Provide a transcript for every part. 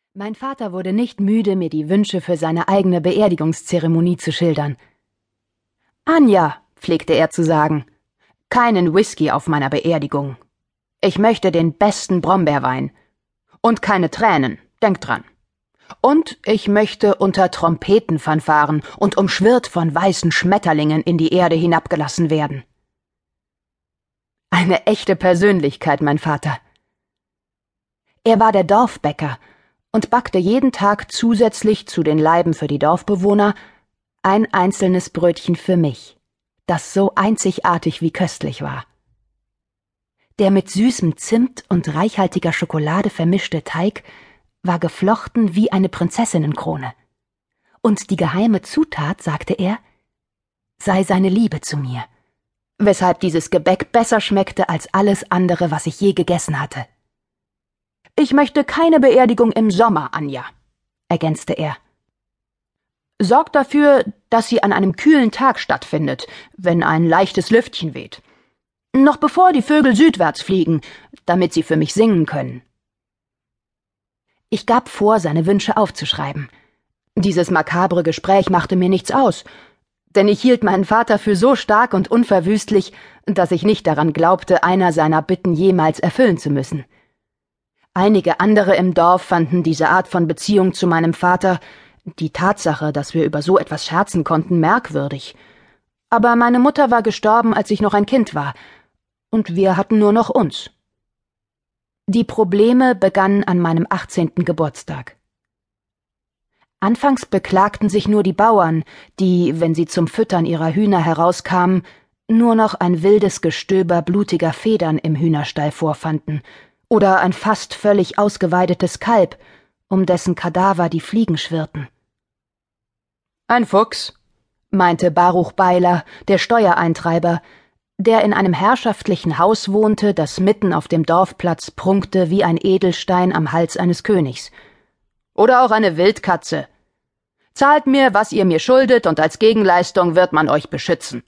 Mein Vater wurde nicht müde, mir die Wünsche für seine eigene Beerdigungszeremonie zu schildern. »Anja«, pflegte er zu sagen, »keinen Whisky auf meiner Beerdigung. Ich möchte den besten Brombeerwein. Und keine Tränen, denk dran. Und ich möchte unter Trompetenfanfaren und umschwirrt von weißen Schmetterlingen in die Erde hinabgelassen werden.« Eine echte Persönlichkeit, mein Vater. Er war der Dorfbäcker und backte jeden Tag zusätzlich zu den Laiben für die Dorfbewohner ein einzelnes Brötchen für mich, das so einzigartig wie köstlich war. Der mit süßem Zimt und reichhaltiger Schokolade vermischte Teig war geflochten wie eine Prinzessinnenkrone. Und die geheime Zutat, sagte er, sei seine Liebe zu mir, weshalb dieses Gebäck besser schmeckte als alles andere, was ich je gegessen hatte. »Ich möchte keine Beerdigung im Sommer, Anja«, ergänzte er. »Sorgt dafür, dass sie an einem kühlen Tag stattfindet, wenn ein leichtes Lüftchen weht. Noch bevor die Vögel südwärts fliegen, damit sie für mich singen können.« Ich gab vor, seine Wünsche aufzuschreiben. Dieses makabre Gespräch machte mir nichts aus, denn ich hielt meinen Vater für so stark und unverwüstlich, dass ich nicht daran glaubte, einer seiner Bitten jemals erfüllen zu müssen. Einige andere im Dorf fanden diese Art von Beziehung zu meinem Vater, die Tatsache, dass wir über so etwas scherzen konnten, merkwürdig. Aber meine Mutter war gestorben, als ich noch ein Kind war, und wir hatten nur noch uns. Die Probleme begannen an meinem 18. Geburtstag. Anfangs beklagten sich nur die Bauern, die, wenn sie zum Füttern ihrer Hühner herauskamen, nur noch ein wildes Gestöber blutiger Federn im Hühnerstall vorfanden oder ein fast völlig ausgeweidetes Kalb, um dessen Kadaver die Fliegen schwirrten. »Ein Fuchs«, meinte Baruch Beiler, der Steuereintreiber, der in einem herrschaftlichen Haus wohnte, das mitten auf dem Dorfplatz prunkte wie ein Edelstein am Hals eines Königs. »Oder auch eine Wildkatze. Zahlt mir, was ihr mir schuldet, und als Gegenleistung wird man euch beschützen.«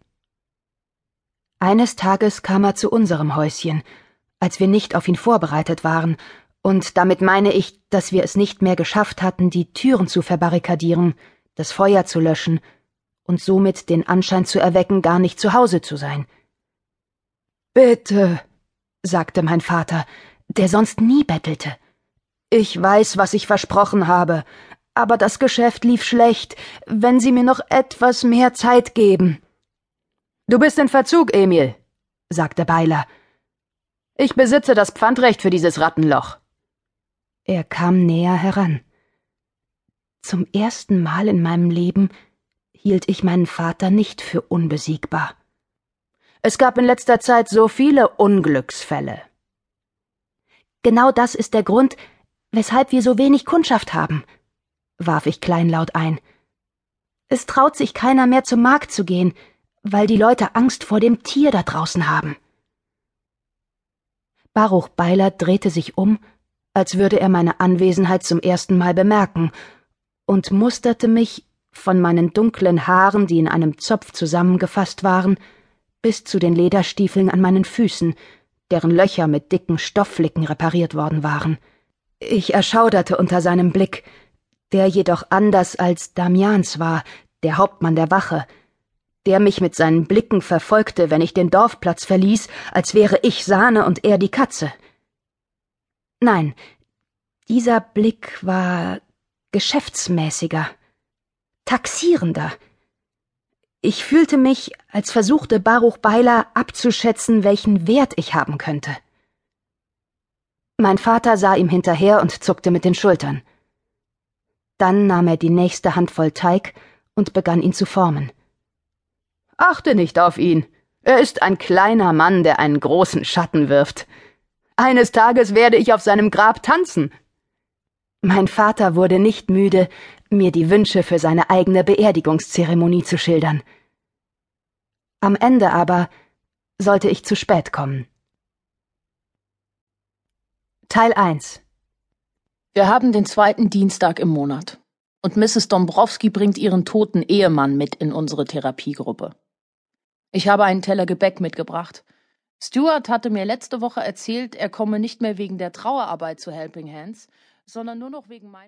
Eines Tages kam er zu unserem Häuschen, als wir nicht auf ihn vorbereitet waren, und damit meine ich, dass wir es nicht mehr geschafft hatten, die Türen zu verbarrikadieren, das Feuer zu löschen und somit den Anschein zu erwecken, gar nicht zu Hause zu sein. »Bitte«, sagte mein Vater, der sonst nie bettelte. »Ich weiß, was ich versprochen habe, aber das Geschäft lief schlecht, wenn Sie mir noch etwas mehr Zeit geben.« »Du bist in Verzug, Emil«, sagte Beiler. »Ich besitze das Pfandrecht für dieses Rattenloch.« Er kam näher heran. Zum ersten Mal in meinem Leben hielt ich meinen Vater nicht für unbesiegbar. »Es gab in letzter Zeit so viele Unglücksfälle.« »Genau das ist der Grund, weshalb wir so wenig Kundschaft haben«, warf ich kleinlaut ein. »Es traut sich keiner mehr zum Markt zu gehen, weil die Leute Angst vor dem Tier da draußen haben.« Baruch Beiler drehte sich um, als würde er meine Anwesenheit zum ersten Mal bemerken, und musterte mich von meinen dunklen Haaren, die in einem Zopf zusammengefasst waren, bis zu den Lederstiefeln an meinen Füßen, deren Löcher mit dicken Stoffflicken repariert worden waren. Ich erschauderte unter seinem Blick, der jedoch anders als Damians war, der Hauptmann der Wache, der mich mit seinen Blicken verfolgte, wenn ich den Dorfplatz verließ, als wäre ich Sahne und er die Katze. Nein, dieser Blick war geschäftsmäßiger, taxierender. Ich fühlte mich, als versuchte Baruch Beiler abzuschätzen, welchen Wert ich haben könnte. Mein Vater sah ihm hinterher und zuckte mit den Schultern. Dann nahm er die nächste Handvoll Teig und begann ihn zu formen. »Achte nicht auf ihn. Er ist ein kleiner Mann, der einen großen Schatten wirft. Eines Tages werde ich auf seinem Grab tanzen.« Mein Vater wurde nicht müde, mir die Wünsche für seine eigene Beerdigungszeremonie zu schildern. Am Ende aber sollte ich zu spät kommen. Teil 1. Wir haben den 2. Dienstag im Monat und Mrs. Dombrowski bringt ihren toten Ehemann mit in unsere Therapiegruppe. Ich habe einen Teller Gebäck mitgebracht. Stuart hatte mir letzte Woche erzählt, er komme nicht mehr wegen der Trauerarbeit zu Helping Hands, sondern nur noch wegen meiner